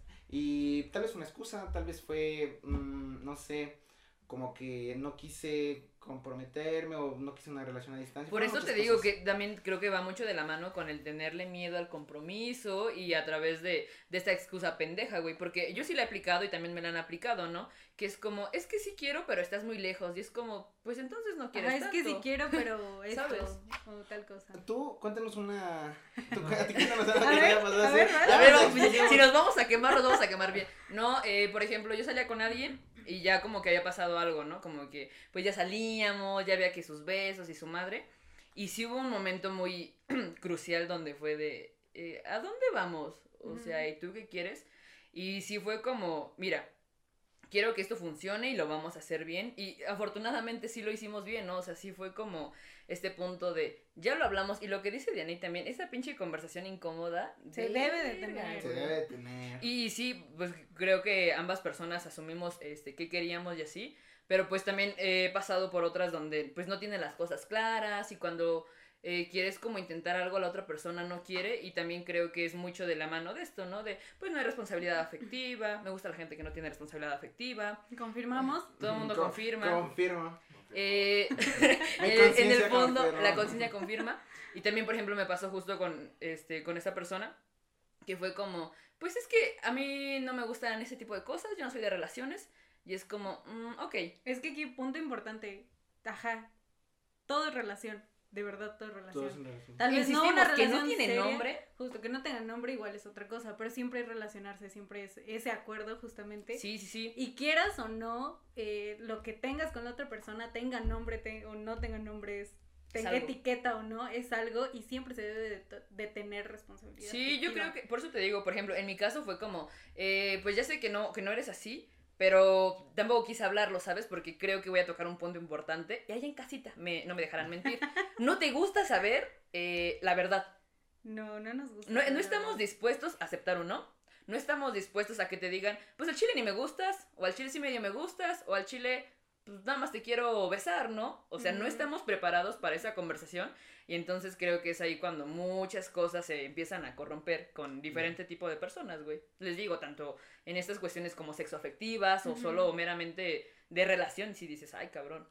y tal vez una excusa, tal vez fue, mm, no sé, como que no quise comprometerme, o no quise una relación a distancia. Por fueron eso te muchas digo cosas. que también creo que va mucho de la mano con el tenerle miedo al compromiso y a través de, de esta excusa pendeja, güey. Porque yo sí la he aplicado y también me la han aplicado, ¿no? Que es como, es que sí quiero, pero estás muy lejos. Y es como, pues entonces no quieres Ajá, es que tanto. sí quiero, pero esto, ¿Sabes? o tal cosa. Tú, cuéntanos una, tú, a ti cuéntanos algo A que te ver, haya pasado a así. ver, A ver, vamos, si, si nos vamos a quemar, nos vamos a quemar bien. No, eh, por ejemplo, yo salía con alguien y ya como que había pasado algo, ¿no? Como que pues ya salíamos, ya había que sus besos y su madre. Y sí hubo un momento muy crucial donde fue de, eh, ¿a dónde vamos? O Ujú. sea, ¿y tú qué quieres? Y sí fue como, mira, quiero que esto funcione y lo vamos a hacer bien. Y afortunadamente sí lo hicimos bien, ¿no? O sea, sí fue como este punto de, ya lo hablamos. Y lo que dice Diana también, esa pinche conversación incómoda. Se debe de verga, tener. Se güey. debe de tener. Y sí, pues creo que ambas personas asumimos este qué queríamos y así. Pero pues también he pasado por otras donde pues no tienen las cosas claras y cuando eh, quieres como intentar algo la otra persona no quiere y también creo que es mucho de la mano de esto, ¿no? De pues no hay responsabilidad afectiva, me gusta la gente que no tiene responsabilidad afectiva, ¿Confirmamos? todo el mundo Co- confirma. Confirmo. Eh, Mi en, en el conciencia fondo confirma. la conciencia confirma y también por ejemplo me pasó justo con este con esta persona que fue como pues es que a mí no me gustan ese tipo de cosas, yo no soy de relaciones y es como mm, ok, Es que aquí, punto importante, ajá, todo es relación, de verdad todo es relación. Todos en relación. Tal vez no insistimos una que relación no tiene seria, nombre. justo que no tenga nombre igual es otra cosa, pero siempre es relacionarse, siempre es ese acuerdo justamente. sí, sí, sí. Y quieras o no, eh, lo que tengas con la otra persona, tenga nombre te- o no tenga nombre, es- tenga algo. etiqueta o no, es algo y siempre se debe de, to- de tener responsabilidad. Sí, yo afectiva. creo que, por eso te digo, por ejemplo, en mi caso fue como, eh, pues ya sé que no, que no eres así, pero tampoco quise hablarlo, ¿sabes? Porque creo que voy a tocar un punto importante. Y allá en casita, me, no me dejarán mentir. No te gusta saber eh, la verdad. No, no nos gusta. No, no la estamos verdad. dispuestos a aceptar un no. No estamos dispuestos a que te digan, pues al chile ni me gustas, o al chile sí medio me gustas, o al chile pues nada más te quiero besar, ¿no? O sea, no Ujú. estamos preparados para esa conversación y entonces creo que es ahí cuando muchas cosas se empiezan a corromper con diferente tipo de personas, güey. Les digo, tanto en estas cuestiones como sexoafectivas o Ujú. solo meramente de relación, si dices, ay, cabrón.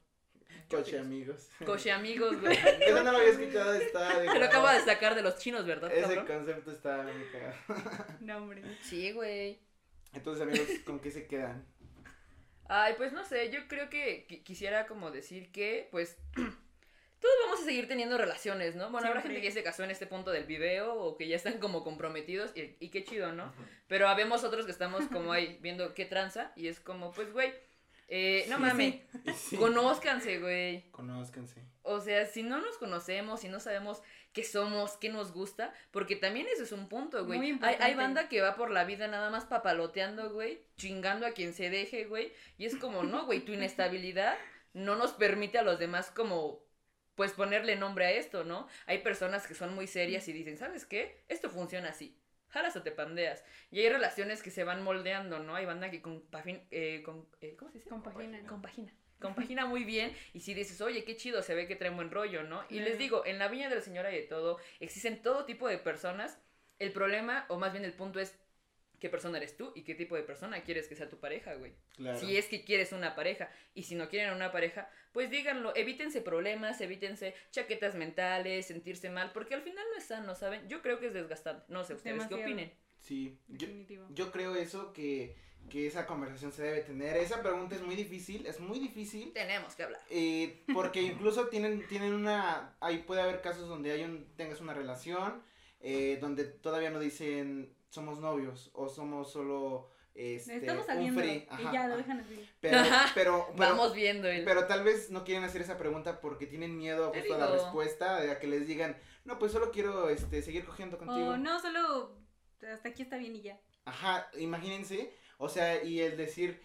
Coche amigos. Coche amigos, güey. Eso no lo había escuchado, está de Te lo acabo de sacar de los chinos, ¿verdad, Ese cabrón? concepto está muy cagado. No, hombre. Sí, güey. Entonces, amigos, ¿con qué se quedan? Ay, pues no sé, yo creo que qu- quisiera como decir que, pues, todos vamos a seguir teniendo relaciones, ¿no? Bueno, habrá Siempre. gente que ya se casó en este punto del video o que ya están como comprometidos y, y qué chido, ¿no? Pero habemos otros que estamos como ahí viendo qué tranza y es como, pues, güey, eh, no Sí, mames, Sí. conózcanse, güey. Conózcanse. O sea, si no nos conocemos, si no sabemos qué somos, qué nos gusta, porque también eso es un punto, güey. Muy Hay, importante. hay banda que va por la vida nada más papaloteando, güey, chingando a quien se deje, güey, y es como, no, güey, tu inestabilidad no nos permite a los demás como, pues, ponerle nombre a esto, ¿no? Hay personas que son muy serias y dicen, ¿sabes qué? Esto funciona así. Jalas o te pandeas. Y hay relaciones que se van moldeando, ¿no? Hay banda que compagina, eh, con, eh, ¿cómo se dice? Compagina. Compagina. Compagina muy bien y si dices, oye, qué chido, se ve que traen buen rollo, ¿no? Y Claro. les digo, en la viña de la señora y de todo, existen todo tipo de personas. El problema, o más bien el punto es, ¿qué persona eres tú? ¿Y qué tipo de persona quieres que sea tu pareja, güey? Claro. Si es que quieres una pareja. Y si no quieren una pareja, pues díganlo. Evítense problemas, evítense chaquetas mentales, sentirse mal, porque al final no es sano, ¿saben? Yo creo que es desgastante. No sé, ¿ustedes Demasiado. qué opinen? Sí. Yo, Definitivo. yo creo eso que, que esa conversación se debe tener. Esa pregunta es muy difícil, es muy difícil. Tenemos que hablar. Eh, porque incluso tienen, tienen una, ahí puede haber casos donde hay un, tengas una relación, eh, donde todavía no dicen somos novios o somos solo este, Estamos un saliendo free. y Ajá, ya lo ajá. dejan así. Pero, Ajá. pero, pero, Vamos viendo el... pero tal vez no quieren hacer esa pregunta porque tienen miedo Te justo a la digo. respuesta, de a que les digan, no, pues solo quiero este, seguir cogiendo contigo. O no, solo hasta aquí está bien y ya. Ajá, imagínense, o sea, y el decir,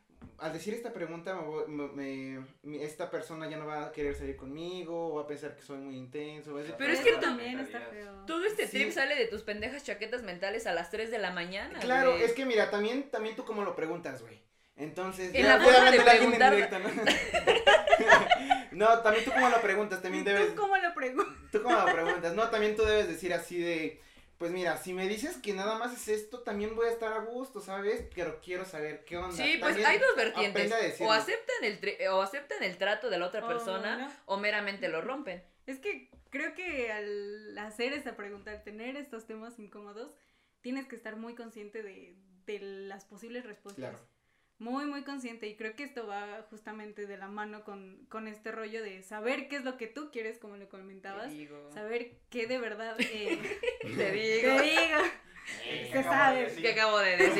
al decir esta pregunta, me, voy- me- me- mi- esta persona ya no va a querer salir conmigo, o va a pensar que soy muy intenso. va a decir, Pero es Eso que to- también está feo. Todo este Sí. trip sale de tus pendejas chaquetas mentales a las tres de la mañana, claro, güey. es que mira, también, también tú cómo lo preguntas, güey. Entonces, En ya la voy forma de hablando alguien en preguntar- directo, ¿no? No, también tú cómo lo preguntas, también ¿Y debes, tú cómo lo preguntas? tú cómo lo preguntas, no, también tú debes decir así de, pues mira, si me dices que nada más es esto, también voy a estar a gusto, ¿sabes? Pero quiero saber qué onda. Sí, pues También hay dos vertientes. aprende a decirlo. O aceptan el tri- o aceptan el trato de la otra O persona no. o meramente lo rompen. Es que creo que al hacer esta pregunta, al tener estos temas incómodos, tienes que estar muy consciente de, de las posibles respuestas. Claro. Muy, muy consciente. Y creo que esto va justamente de la mano con, con este rollo de saber qué es lo que tú quieres, como lo comentabas. Te digo. Saber qué de verdad eh, Te digo. te digo. Eh, Se acabo de sabe. decir. ¿Qué acabo de decir?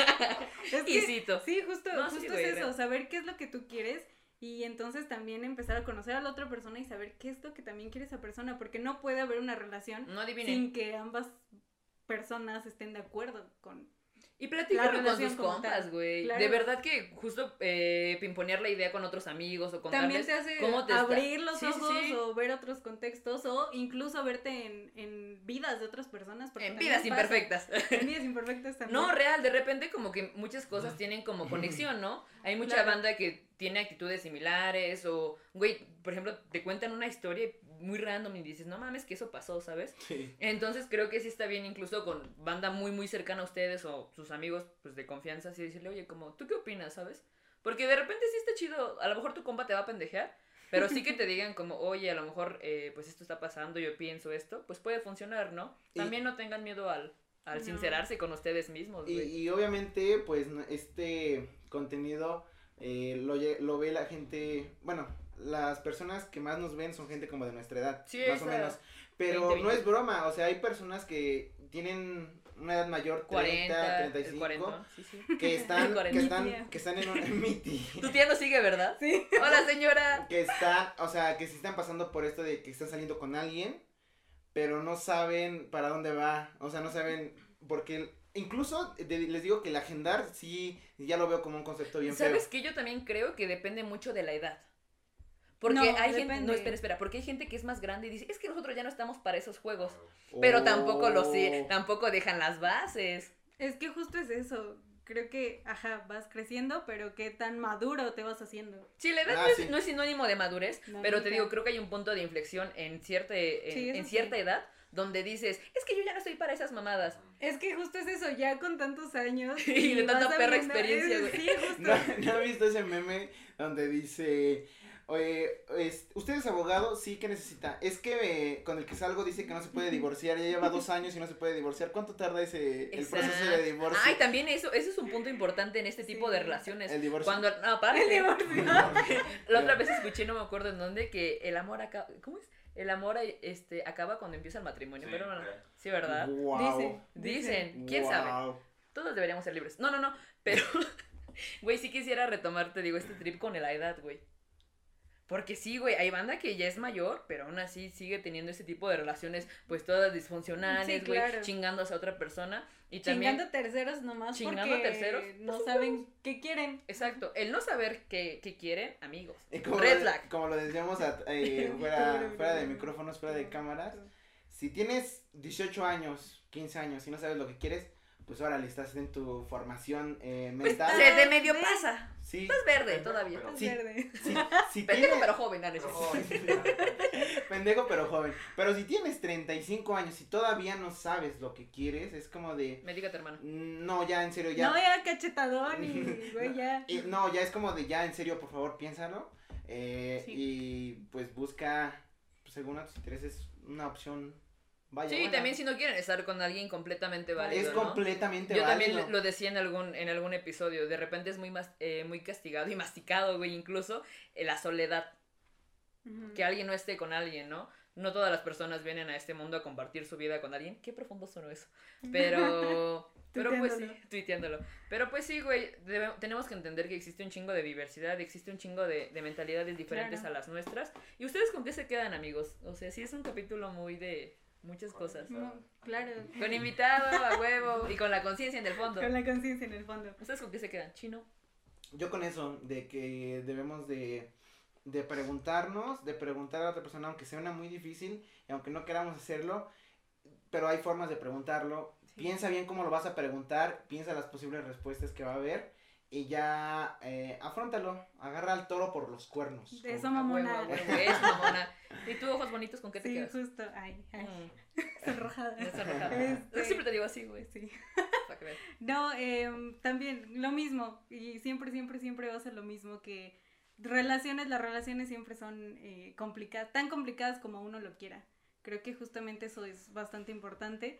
Es Y que- cito. Sí, justo, No, sí, justo güey, es eso, real. saber qué es lo que tú quieres y entonces también empezar a conocer a la otra persona y saber qué es lo que también quiere esa persona, porque no puede haber una relación No adivinen. sin que ambas personas estén de acuerdo con... Y platícalo con relación sus como compas, tal. güey. Claro. De verdad que justo eh, pimponear la idea con otros amigos o También contarles te hace cómo te está- abrir los Sí, sí, ojos sí. o ver otros contextos o incluso verte en, en vidas de otras personas. porque en también vidas pasa. imperfectas. En vidas imperfectas también. No, real, de repente como que muchas cosas tienen como conexión, ¿no? Hay mucha Claro. banda que tiene actitudes similares o, güey, por ejemplo, te cuentan una historia muy random y dices, no mames, que eso pasó, ¿sabes? Sí. Entonces creo que sí está bien incluso con banda muy, muy cercana a ustedes o sus amigos, pues, de confianza, así decirle, oye, como, ¿tú qué opinas, sabes? Porque de repente sí está chido, a lo mejor tu compa te va a pendejear, pero sí que te digan como, oye, a lo mejor, eh, pues, esto está pasando, yo pienso esto, pues puede funcionar, ¿no? Y- También no tengan miedo al, al No. sincerarse con ustedes mismos, Y, güey. y obviamente, pues, n- este contenido eh, lo, lle- lo ve la gente, bueno, las personas que más nos ven son gente como de nuestra edad, Sí, más o esa- menos. Pero veinte, no es broma, o sea, hay personas que tienen una edad mayor, treinta, cuarenta, treinta y el cinco, cuarentón, sí, sí. que están, que cuarenta. están, Mi tía. que están en un, mi tía. Tu tía no sigue, ¿verdad? Sí. Hola, señora. Que están, o sea, que sí están pasando por esto de que están saliendo con alguien, pero no saben para dónde va, o sea, no saben, porque incluso de- les digo que el agendar sí, ya lo veo como un concepto bien feo. ¿Sabes qué? Yo también creo que depende mucho de la edad. Porque No, hay gente, depende. no, espera, espera, porque hay gente que es más grande y dice, es que nosotros ya no estamos para esos juegos. Pero tampoco lo sé, Oh. tampoco dejan las bases. Es que justo es eso. Creo que, ajá, vas creciendo, pero qué tan maduro te vas haciendo. Sí, la edad Ah, no, es, sí. no es sinónimo de madurez, No, pero te nunca. digo, creo que hay un punto de inflexión en cierta, en, Sí, eso en cierta sí. edad donde dices, es que yo ya no estoy para esas mamadas. Es que justo es eso, ya con tantos años. Y de tanta vas perra sabiendo- experiencia, es- güey. Sí, justo. ¿No, ¿no has visto ese meme donde dice, Oye, es, ¿usted es abogado? Sí, ¿qué necesita? Es que eh, con el que salgo dice que no se puede divorciar, ya lleva dos años y no se puede divorciar. ¿Cuánto tarda ese, el Exacto. proceso de divorcio? Ay, también eso, eso es un punto importante en este tipo Sí. de relaciones. El divorcio. Cuando, no, aparte, El divorcio. la otra vez escuché, no me acuerdo en dónde, que el amor acaba, ¿cómo es? El amor este acaba cuando empieza el matrimonio, Sí, pero no, no. claro. Sí, ¿verdad? Wow. Dicen. Dicen, quién Wow. sabe. Todos deberíamos ser libres. No, no, no, pero, güey, sí quisiera retomar, te digo, este trip con la edad, güey. Porque sí, güey, hay banda que ya es mayor, pero aún así sigue teniendo ese tipo de relaciones, pues todas disfuncionales, Sí, güey, claro. chingándose a otra persona. Y también, Chingando a terceros nomás Chingando porque a terceros, no pues, saben qué quieren. exacto, el no saber qué, qué quieren, amigos. Y como, Red lo, flag. como lo decíamos a- eh, fuera, fuera de micrófonos, fuera de cámaras, si tienes dieciocho años, quince años y no sabes lo que quieres, pues órale, estás en tu formación eh, Pues mental. se de Ah, medio sí. pasa. Sí, Estás verde todavía. Pero- Sí. Verde. sí, si Pendejo tienes- pero joven, dale. Pero, oh, pendejo pero joven. Pero si tienes treinta y cinco años y todavía no sabes lo que quieres, es como de, Me diga tu hermano. mm, no, ya en serio, ya. No, ya cachetadón y güey, ya. Y, no, ya es como de, ya en serio, por favor, piénsalo. Eh, Sí. Y pues busca, pues, según a tus intereses, una opción. Vaya, Sí, buena. también si no quieren estar con alguien completamente válido, Es ¿no? completamente Yo válido. también lo decía en algún, en algún episodio, de repente es muy, mas- eh, muy castigado y masticado, güey, incluso eh, la soledad, Ujú. que alguien no esté con alguien, ¿no? No todas las personas vienen a este mundo a compartir su vida con alguien. Qué profundo sonó eso. Pero, pero pues sí, Tuiteándolo. tuiteándolo. Pero pues sí, güey, debe- tenemos que entender que existe un chingo de diversidad, existe un chingo de, de mentalidades diferentes Claro. a las nuestras. ¿Y ustedes con qué se quedan, amigos? O sea, sí es un capítulo muy de muchas cosas. No, claro. Con invitado, a huevo, y con la conciencia en el fondo. Con la conciencia en el fondo. ¿Ustedes con qué se quedan? ¿Chino? Yo con eso, de que debemos de, de preguntarnos, de preguntar a otra persona, aunque sea una muy difícil, y aunque no queramos hacerlo, pero hay formas de preguntarlo. Sí. Piensa bien cómo lo vas a preguntar, piensa las posibles respuestas que va a haber, y ya eh, afróntalo, agarra al toro por los cuernos. Eso, como- A huevo, mamona. a huevo, eso, mamona. ¿Y tú, ojos bonitos, con qué te Sí, quedas? justo. Ay, ay. Mm, Sonrojada. desenrojada. Este, Yo siempre te digo así, güey. Sí. Para que veas. No, em, también lo mismo. Y siempre, siempre, siempre va a ser lo mismo que relaciones, las relaciones siempre son eh, complicadas, tan complicadas como uno lo quiera. Creo que justamente eso es bastante importante.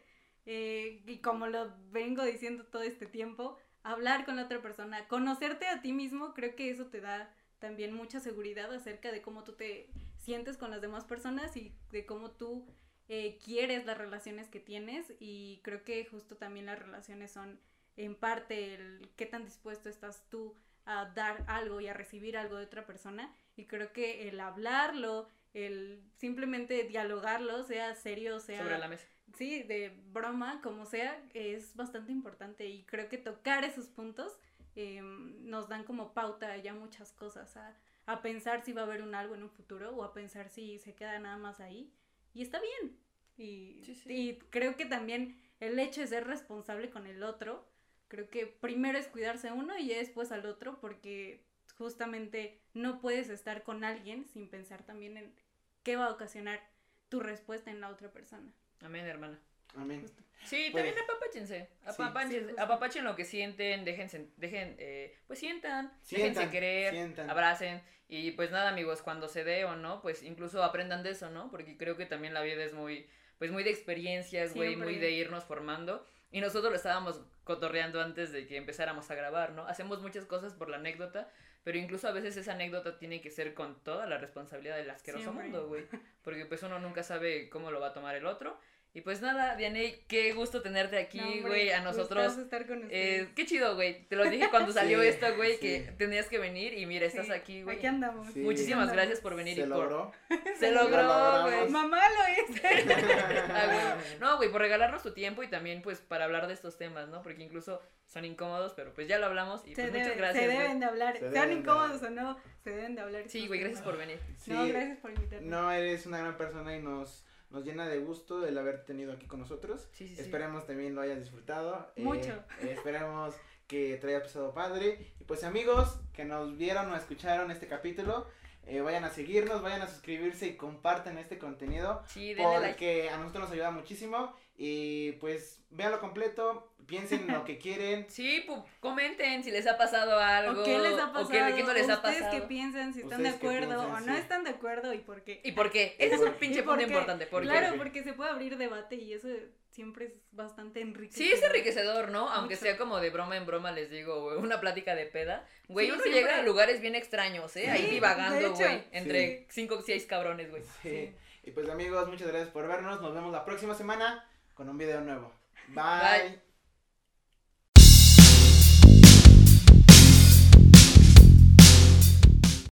Eh, y como lo vengo diciendo todo este tiempo, hablar con la otra persona, conocerte a ti mismo, creo que eso te da también mucha seguridad acerca de cómo tú te sientes con las demás personas y de cómo tú eh, quieres las relaciones que tienes, y creo que justo también las relaciones son en parte el qué tan dispuesto estás tú a dar algo y a recibir algo de otra persona, y creo que el hablarlo, el simplemente dialogarlo, sea serio, sea Sobre la mesa. sí, de broma, como sea, es bastante importante, y creo que tocar esos puntos eh, nos dan como pauta ya muchas cosas, a, a pensar si va a haber un algo en un futuro o a pensar si se queda nada más ahí, y está bien, y, Sí, sí. y creo que también el hecho de ser responsable con el otro, creo que primero es cuidarse uno y ya después al otro, porque justamente no puedes estar con alguien sin pensar también en qué va a ocasionar tu respuesta en la otra persona. Amén, hermana. Amén. Sí, Pues, también apapáchense. sí. Apapáchense, Sí, justo. apapachen lo que sienten, déjense, dejen, eh, pues sientan, Sientan, déjense querer, sientan. abracen. Y pues nada, amigos, cuando se dé o no, pues incluso aprendan de eso, ¿no? Porque creo que también la vida es muy, pues muy de experiencias, güey, Siempre. muy de irnos formando. Y nosotros lo estábamos cotorreando antes de que empezáramos a grabar, ¿no? Hacemos muchas cosas por la anécdota, pero incluso a veces esa anécdota tiene que ser con toda la responsabilidad del asqueroso Siempre. mundo, güey. Porque pues uno nunca sabe cómo lo va a tomar el otro. Y pues nada, Dianey, qué gusto tenerte aquí, No, hombre, güey, a nosotros. gustazo estar con ustedes. Eh, qué chido, güey. Te lo dije cuando salió Sí, esto, güey, sí. que tenías que venir y mira, estás Sí, aquí, güey. Aquí andamos. Sí. Muchísimas Andamos. gracias por venir Se y por... logró. Se Lo logró, logramos. güey. Mamá lo hice. Ah, güey. No, güey, por regalarnos tu tiempo y también, pues, para hablar de estos temas, ¿no? Porque incluso son incómodos, pero pues ya lo hablamos y Se, pues debe- muchas gracias, se güey. deben de hablar, Se sean deben de incómodos o no, se deben de hablar. Sí, estos güey, gracias temas. por venir. Sí. No, gracias por invitarme. No, eres una gran persona y nos, nos llena de gusto el haber tenido aquí con nosotros. Sí, sí, sí. Esperemos también lo hayas disfrutado. eh, Mucho. eh, esperemos que te haya pasado padre. Y pues amigos que nos vieron o escucharon este capítulo, eh, vayan a seguirnos, vayan a suscribirse y compartan este contenido. Sí, denle like. Porque a nosotros nos ayuda muchísimo. Y pues véanlo completo. piensen lo que quieren. Sí, pues comenten si les ha pasado algo. ¿O qué les ha pasado? O qué, qué no les ha ¿Ustedes pasado. qué piensan? Si están de ¿Ustedes qué acuerdo piensan? o no Sí. están de acuerdo y por qué. ¿Y por qué? Ese es un por- pinche ¿Y por punto qué? importante. ¿Por qué? Claro, porque se puede abrir debate y eso siempre es bastante enriquecedor. Sí, es enriquecedor, ¿no? Aunque Mucho. sea como de broma en broma, les digo, güey, una plática de peda. Güey, Sí, uno siempre. llega a lugares bien extraños, ¿eh? Ahí Sí, divagando, de hecho. güey, entre Sí. cinco o seis cabrones, güey. Sí. Sí. Y pues amigos, muchas gracias por vernos. Nos vemos la próxima semana con un video nuevo. Bye. Bye.